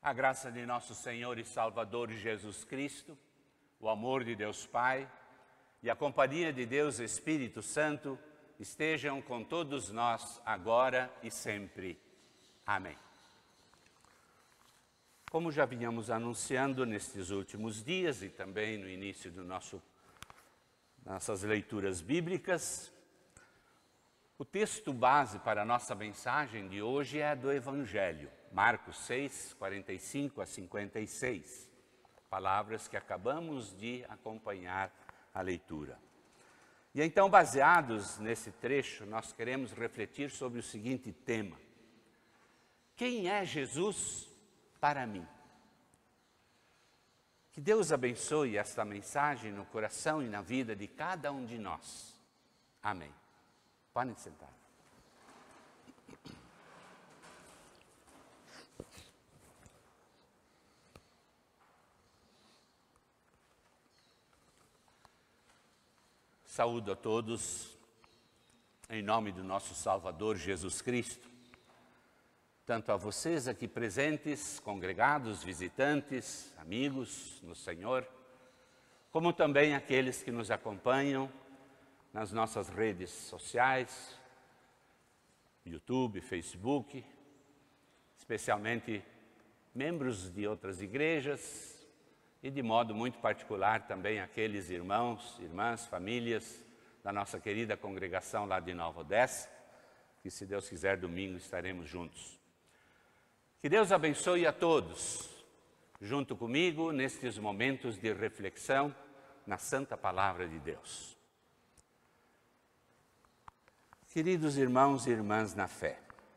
A graça de nosso Senhor e Salvador Jesus Cristo, o amor de Deus Pai e a companhia de Deus Espírito Santo estejam com todos nós agora e sempre. Amém. Como já vinhamos anunciando nestes últimos dias e também no início do nossas leituras bíblicas, o texto base para a nossa mensagem de hoje é do Evangelho, Marcos 6, 45 a 56, palavras que acabamos de acompanhar a leitura. E então, baseados nesse trecho, nós queremos refletir sobre o seguinte tema: quem é Jesus para mim? Que Deus abençoe esta mensagem no coração e na vida de cada um de nós. Amém. Podem sentar. Saúdo a todos, em nome do nosso Salvador Jesus Cristo, tanto a vocês aqui presentes, congregados, visitantes, amigos no Senhor, como também aqueles que nos acompanham nas nossas redes sociais, YouTube, Facebook, especialmente membros de outras igrejas e de modo muito particular também aqueles irmãos, irmãs, famílias da nossa querida congregação lá de Nova Odessa, que se Deus quiser domingo estaremos juntos. Que Deus abençoe a todos, junto comigo nestes momentos de reflexão na Santa Palavra de Deus. Queridos irmãos e irmãs na fé,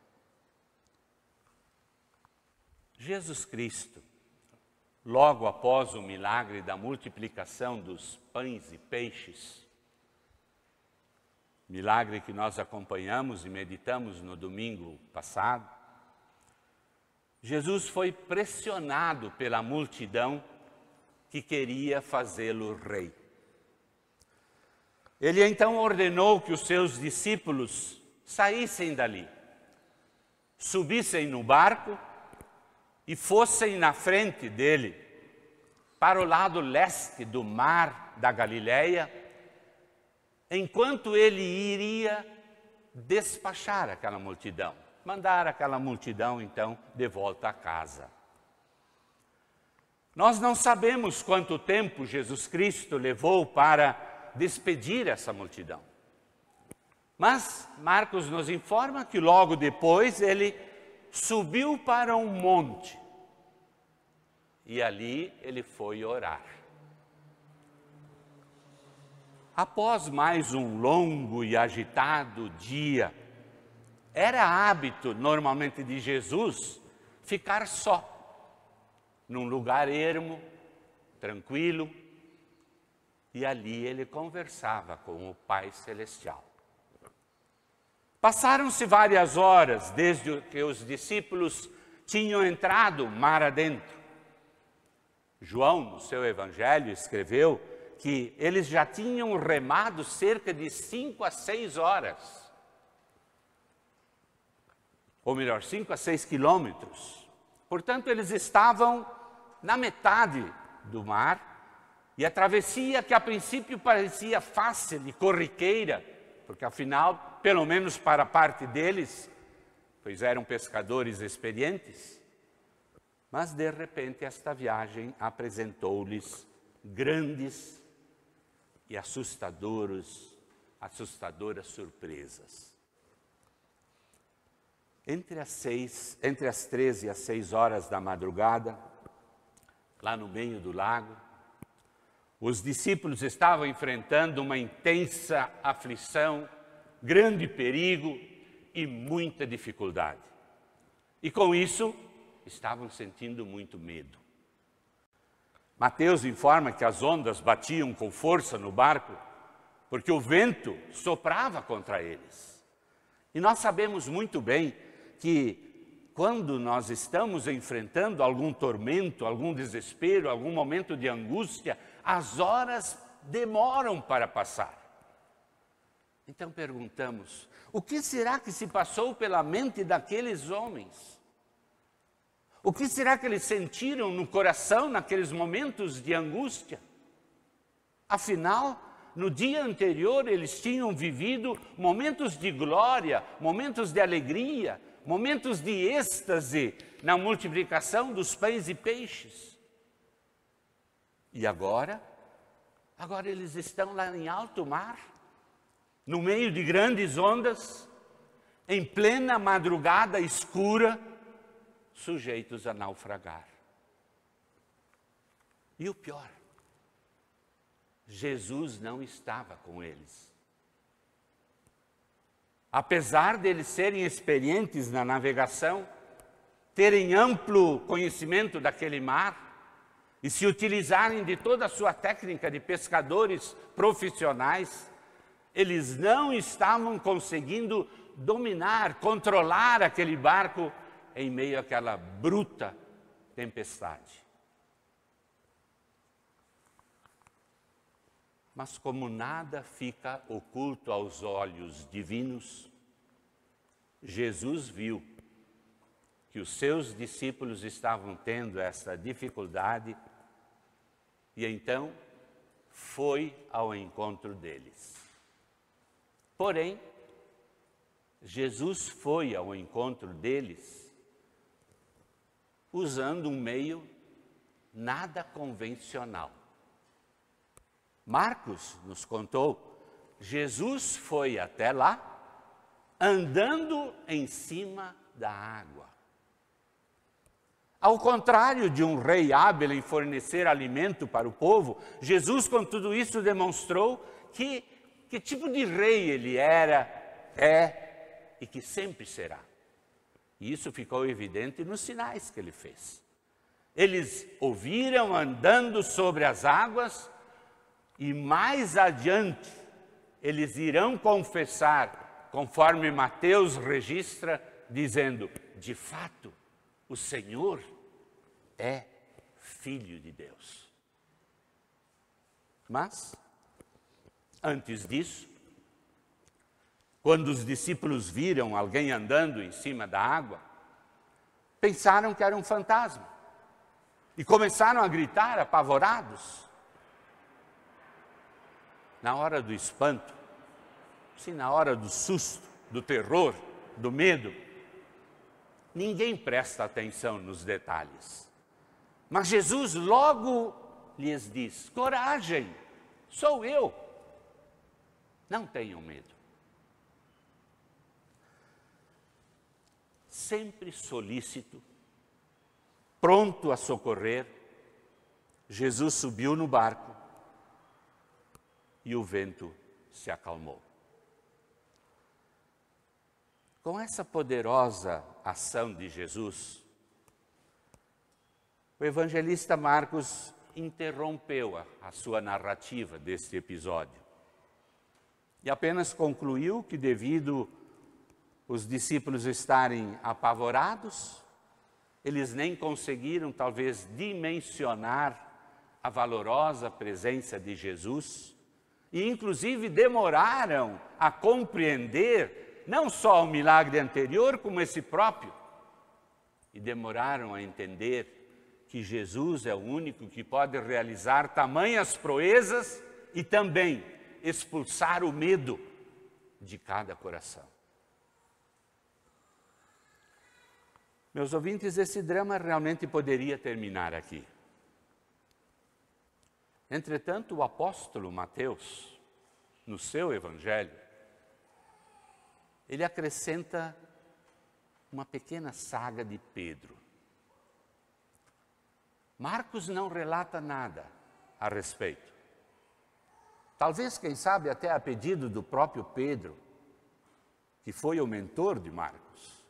Jesus Cristo, logo após o milagre da multiplicação dos pães e peixes, milagre que nós acompanhamos e meditamos no domingo passado, Jesus foi pressionado pela multidão que queria fazê-lo rei. Ele então ordenou que os seus discípulos saíssem dali, subissem no barco e fossem na frente dele, para o lado leste do mar da Galileia, enquanto ele iria despachar aquela multidão, mandar aquela multidão então de volta a casa. Nós não sabemos quanto tempo Jesus Cristo levou para despedir essa multidão. Mas Marcos nos informa que logo depois ele subiu para um monte e ali ele foi orar. Após mais um longo e agitado dia, era hábito normalmente de Jesus ficar só, num lugar ermo, tranquilo, e ali ele conversava com o Pai Celestial. Passaram-se várias horas desde que os discípulos tinham entrado mar adentro. João, no seu Evangelho, escreveu que eles já tinham remado cerca de 5 a 6 horas. Ou melhor, 5 a 6 quilômetros. Portanto, eles estavam na metade do mar, e a travessia, que a princípio parecia fácil e corriqueira, porque afinal, pelo menos para a parte deles, pois eram pescadores experientes, mas de repente esta viagem apresentou-lhes grandes e assustadoras surpresas. Entre as 13 e as 6 horas da madrugada, lá no meio do lago, os discípulos estavam enfrentando uma intensa aflição, grande perigo e muita dificuldade. E com isso, estavam sentindo muito medo. Mateus informa que as ondas batiam com força no barco, porque o vento soprava contra eles. E nós sabemos muito bem que quando nós estamos enfrentando algum tormento, algum desespero, algum momento de angústia, as horas demoram para passar. Então perguntamos, o que será que se passou pela mente daqueles homens? O que será que eles sentiram no coração naqueles momentos de angústia? Afinal, no dia anterior eles tinham vivido momentos de glória, momentos de alegria, momentos de êxtase na multiplicação dos pães e peixes. E agora eles estão lá em alto mar, no meio de grandes ondas, em plena madrugada escura, sujeitos a naufragar. E o pior, Jesus não estava com eles. Apesar deles serem experientes na navegação, terem amplo conhecimento daquele mar e se utilizarem de toda a sua técnica de pescadores profissionais, eles não estavam conseguindo dominar, controlar aquele barco em meio àquela bruta tempestade. Mas como nada fica oculto aos olhos divinos, Jesus viu que os seus discípulos estavam tendo essa dificuldade e então foi ao encontro deles. Porém, Jesus foi ao encontro deles usando um meio nada convencional. Marcos nos contou, Jesus foi até lá andando em cima da água. Ao contrário de um rei hábil em fornecer alimento para o povo, Jesus com tudo isso demonstrou que tipo de rei ele era, é e que sempre será. E isso ficou evidente nos sinais que ele fez. Eles o viram andando sobre as águas e mais adiante eles irão confessar, conforme Mateus registra, dizendo, de fato, o Senhor é Filho de Deus. Mas, antes disso, quando os discípulos viram alguém andando em cima da água, pensaram que era um fantasma e começaram a gritar apavorados. Na hora do espanto, sim, na hora do susto, do terror, do medo, ninguém presta atenção nos detalhes. Mas Jesus logo lhes diz, coragem, sou eu, não tenham medo. Sempre solícito, pronto a socorrer, Jesus subiu no barco e o vento se acalmou. Com essa poderosa ação de Jesus, o evangelista Marcos interrompeu a sua narrativa deste episódio e apenas concluiu que, devido os discípulos estarem apavorados, eles nem conseguiram talvez dimensionar a valorosa presença de Jesus e inclusive demoraram a compreender não só o milagre anterior, como esse próprio, e demoraram a entender que Jesus é o único que pode realizar tamanhas proezas e também expulsar o medo de cada coração. Meus ouvintes, esse drama realmente poderia terminar aqui. Entretanto, o apóstolo Mateus, no seu evangelho, ele acrescenta uma pequena saga de Pedro. Marcos não relata nada a respeito. Talvez, quem sabe, até a pedido do próprio Pedro, que foi o mentor de Marcos.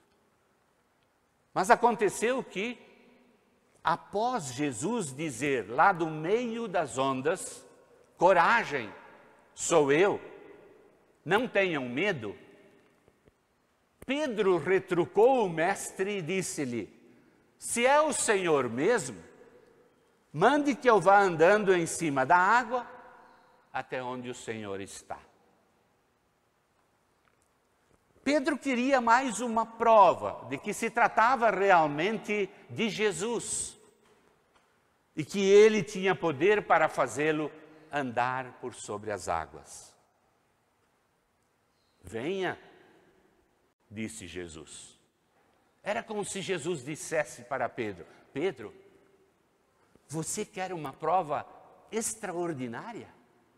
Mas aconteceu que, após Jesus dizer lá do meio das ondas, coragem, sou eu, não tenham medo, Pedro retrucou o mestre e disse-lhe, se é o Senhor mesmo, mande que eu vá andando em cima da água até onde o Senhor está. Pedro queria mais uma prova de que se tratava realmente de Jesus e que ele tinha poder para fazê-lo andar por sobre as águas. Venha, disse Jesus. Era como se Jesus dissesse para Pedro: Pedro, você quer uma prova extraordinária?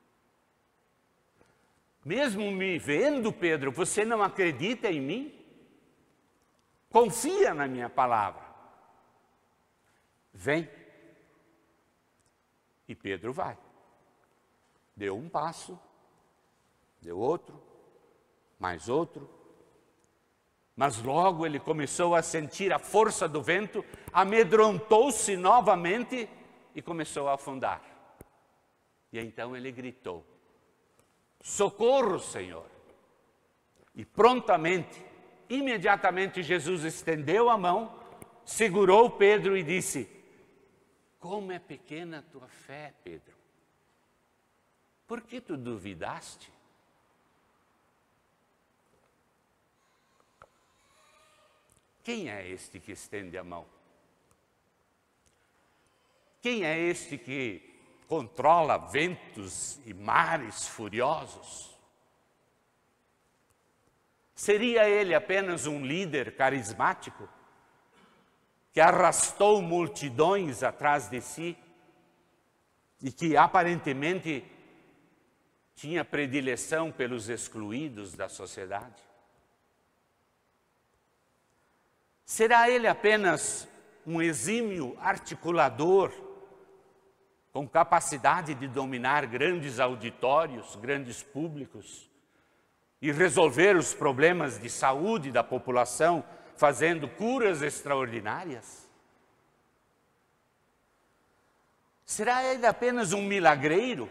Mesmo me vendo, Pedro, você não acredita em mim? Confia na minha palavra. Vem. E Pedro vai. Deu um passo, deu outro, mais outro. Mas logo ele começou a sentir a força do vento, amedrontou-se novamente e começou a afundar. E então ele gritou: socorro, Senhor! E prontamente, imediatamente Jesus estendeu a mão, segurou Pedro e disse: como é pequena a tua fé, Pedro! Por que tu duvidaste? Quem é este que estende a mão? Quem é este que controla ventos e mares furiosos? Seria ele apenas um líder carismático que arrastou multidões atrás de si e que aparentemente tinha predileção pelos excluídos da sociedade? Será ele apenas um exímio articulador com capacidade de dominar grandes auditórios, grandes públicos e resolver os problemas de saúde da população fazendo curas extraordinárias? Será ele apenas um milagreiro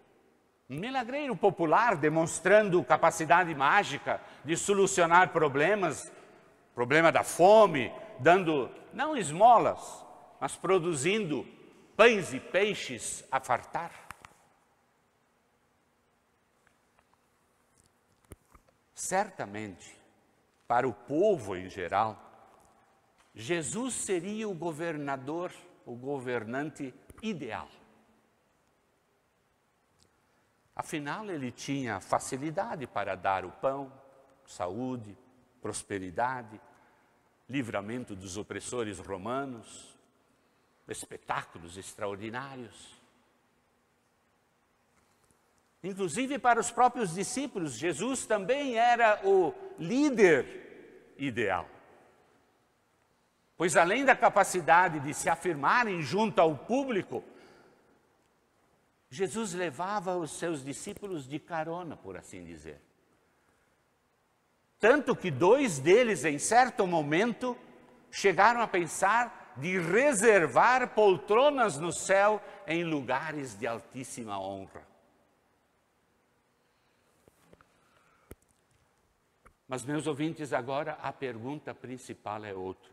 popular demonstrando capacidade mágica de solucionar problemas, problema da fome, dando não esmolas, mas produzindo pães e peixes a fartar? Certamente, para o povo em geral, Jesus seria o governador, o governante ideal. Afinal, ele tinha facilidade para dar o pão, saúde, prosperidade, livramento dos opressores romanos, espetáculos extraordinários. Inclusive para os próprios discípulos, Jesus também era o líder ideal. Pois além da capacidade de se afirmarem junto ao público, Jesus levava os seus discípulos de carona, por assim dizer. Tanto que 2 deles, em certo momento, chegaram a pensar de reservar poltronas no céu em lugares de altíssima honra. Mas, meus ouvintes, agora a pergunta principal é outra.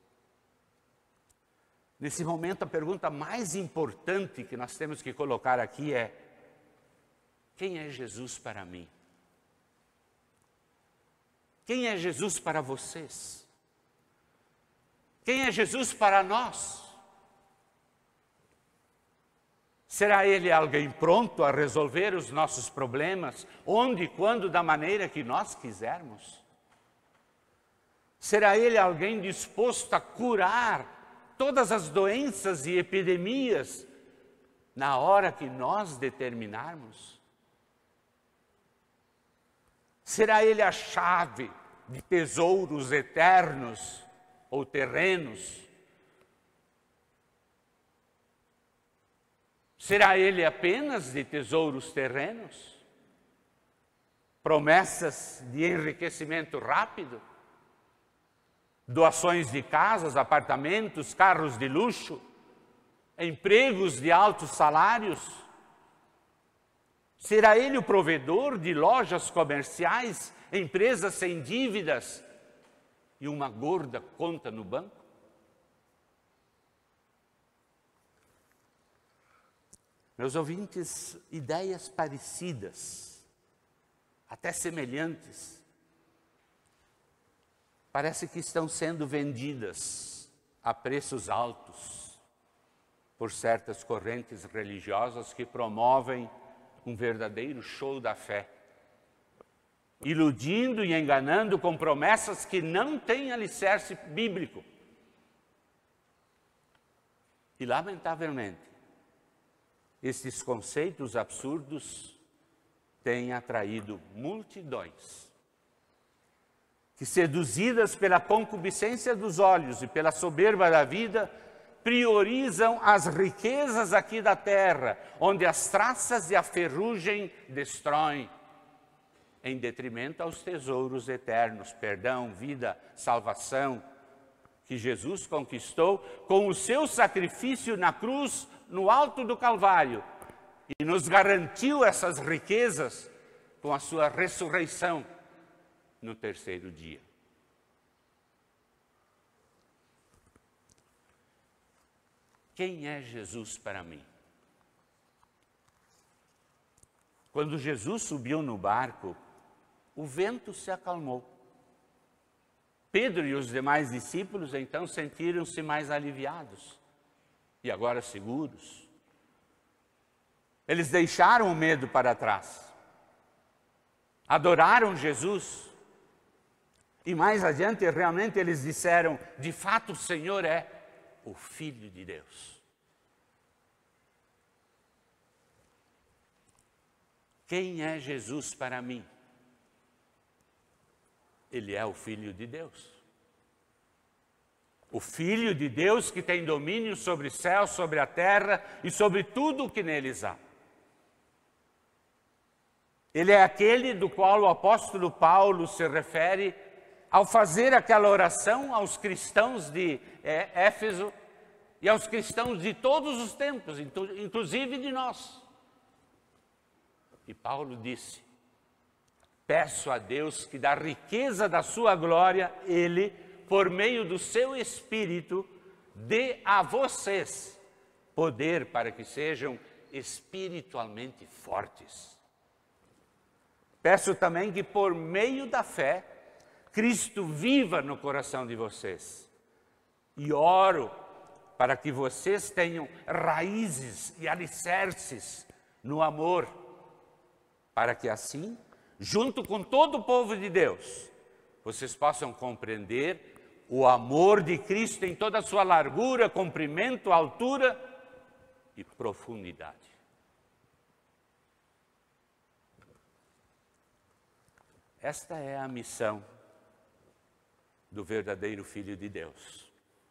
Nesse momento, a pergunta mais importante que nós temos que colocar aqui é: quem é Jesus para mim? Quem é Jesus para vocês? Quem é Jesus para nós? Será Ele alguém pronto a resolver os nossos problemas, onde e quando, da maneira que nós quisermos? Será Ele alguém disposto a curar todas as doenças e epidemias na hora que nós determinarmos? Será Ele a chave de tesouros eternos ou terrenos? Será Ele apenas de tesouros terrenos? Promessas de enriquecimento rápido? Doações de casas, apartamentos, carros de luxo? Empregos de altos salários? Será Ele o provedor de lojas comerciais, empresas sem dívidas e uma gorda conta no banco? Meus ouvintes, ideias parecidas, até semelhantes, parece que estão sendo vendidas a preços altos por certas correntes religiosas que promovem um verdadeiro show da fé, iludindo e enganando com promessas que não têm alicerce bíblico. E, lamentavelmente, esses conceitos absurdos têm atraído multidões que, seduzidas pela concupiscência dos olhos e pela soberba da vida, priorizam as riquezas aqui da terra, onde as traças e a ferrugem destroem, em detrimento aos tesouros eternos, perdão, vida, salvação, que Jesus conquistou com o seu sacrifício na cruz, no alto do Calvário, e nos garantiu essas riquezas com a sua ressurreição no terceiro dia. Quem é Jesus para mim? Quando Jesus subiu no barco, o vento se acalmou. Pedro e os demais discípulos então sentiram-se mais aliviados e agora seguros. Eles deixaram o medo para trás, adoraram Jesus e mais adiante realmente eles disseram: de fato o Senhor é o Filho de Deus. Quem é Jesus para mim? Ele é o Filho de Deus. O Filho de Deus que tem domínio sobre o céu, sobre a terra e sobre tudo o que neles há. Ele é aquele do qual o apóstolo Paulo se refere ao fazer aquela oração aos cristãos de Éfeso e aos cristãos de todos os tempos, inclusive de nós. E Paulo disse: peço a Deus que da riqueza da sua glória, Ele, por meio do seu Espírito, dê a vocês poder para que sejam espiritualmente fortes. Peço também que por meio da fé, Cristo viva no coração de vocês. E oro para que vocês tenham raízes e alicerces no amor, para que assim, junto com todo o povo de Deus, vocês possam compreender o amor de Cristo em toda a sua largura, comprimento, altura e profundidade. Esta é a missão do verdadeiro Filho de Deus.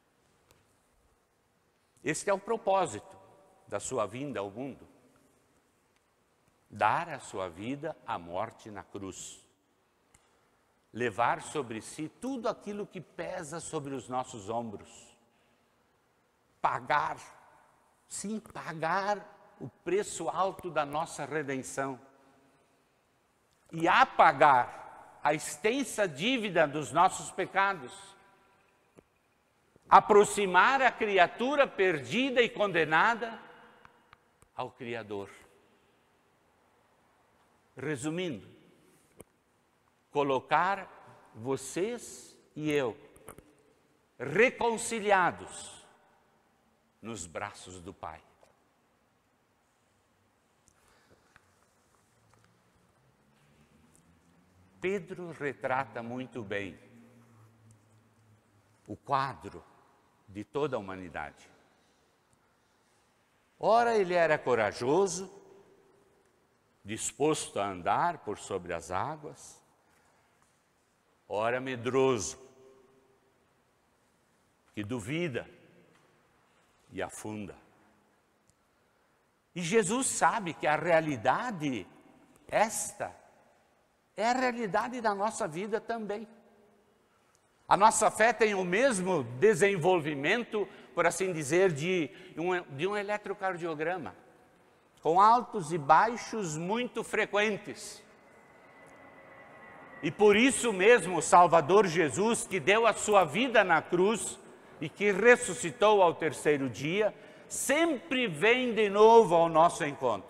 Este é o propósito da sua vinda ao mundo. Dar a sua vida à morte na cruz. Levar sobre si tudo aquilo que pesa sobre os nossos ombros. Pagar, sim, pagar o preço alto da nossa redenção. E apagar a extensa dívida dos nossos pecados. Aproximar a criatura perdida e condenada ao Criador. Resumindo, colocar vocês e eu reconciliados nos braços do Pai. Pedro retrata muito bem o quadro de toda a humanidade. Ora, ele era corajoso, disposto a andar por sobre as águas, ora medroso, que duvida e afunda. E Jesus sabe que a realidade, esta, é a realidade da nossa vida também. A nossa fé tem o mesmo desenvolvimento, por assim dizer, de um eletrocardiograma, com altos e baixos muito frequentes. E por isso mesmo o Salvador Jesus, que deu a sua vida na cruz e que ressuscitou ao terceiro dia, sempre vem de novo ao nosso encontro.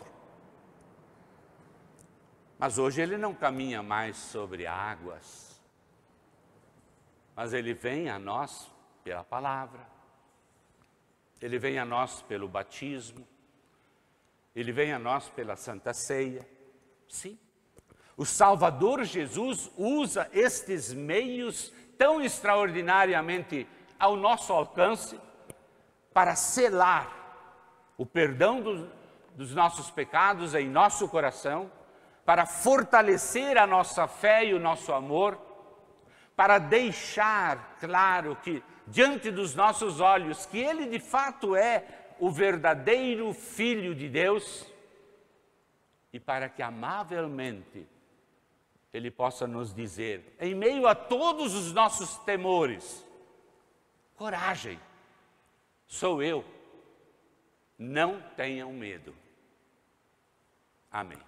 Mas hoje ele não caminha mais sobre águas. mas ele vem a nós pela palavra, ele vem a nós pelo batismo, ele vem a nós pela Santa Ceia. Sim, o Salvador Jesus usa estes meios tão extraordinariamente ao nosso alcance para selar o perdão dos nossos pecados em nosso coração, para fortalecer a nossa fé e o nosso amor, para deixar claro que, diante dos nossos olhos, que Ele de fato é o verdadeiro Filho de Deus, e para que amavelmente Ele possa nos dizer, em meio a todos os nossos temores: coragem, sou eu, não tenham medo. Amém.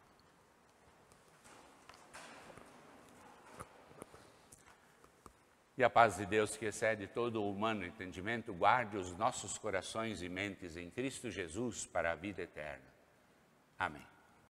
E a paz de Deus, que excede todo o humano entendimento, guarde os nossos corações e mentes em Cristo Jesus para a vida eterna. Amém.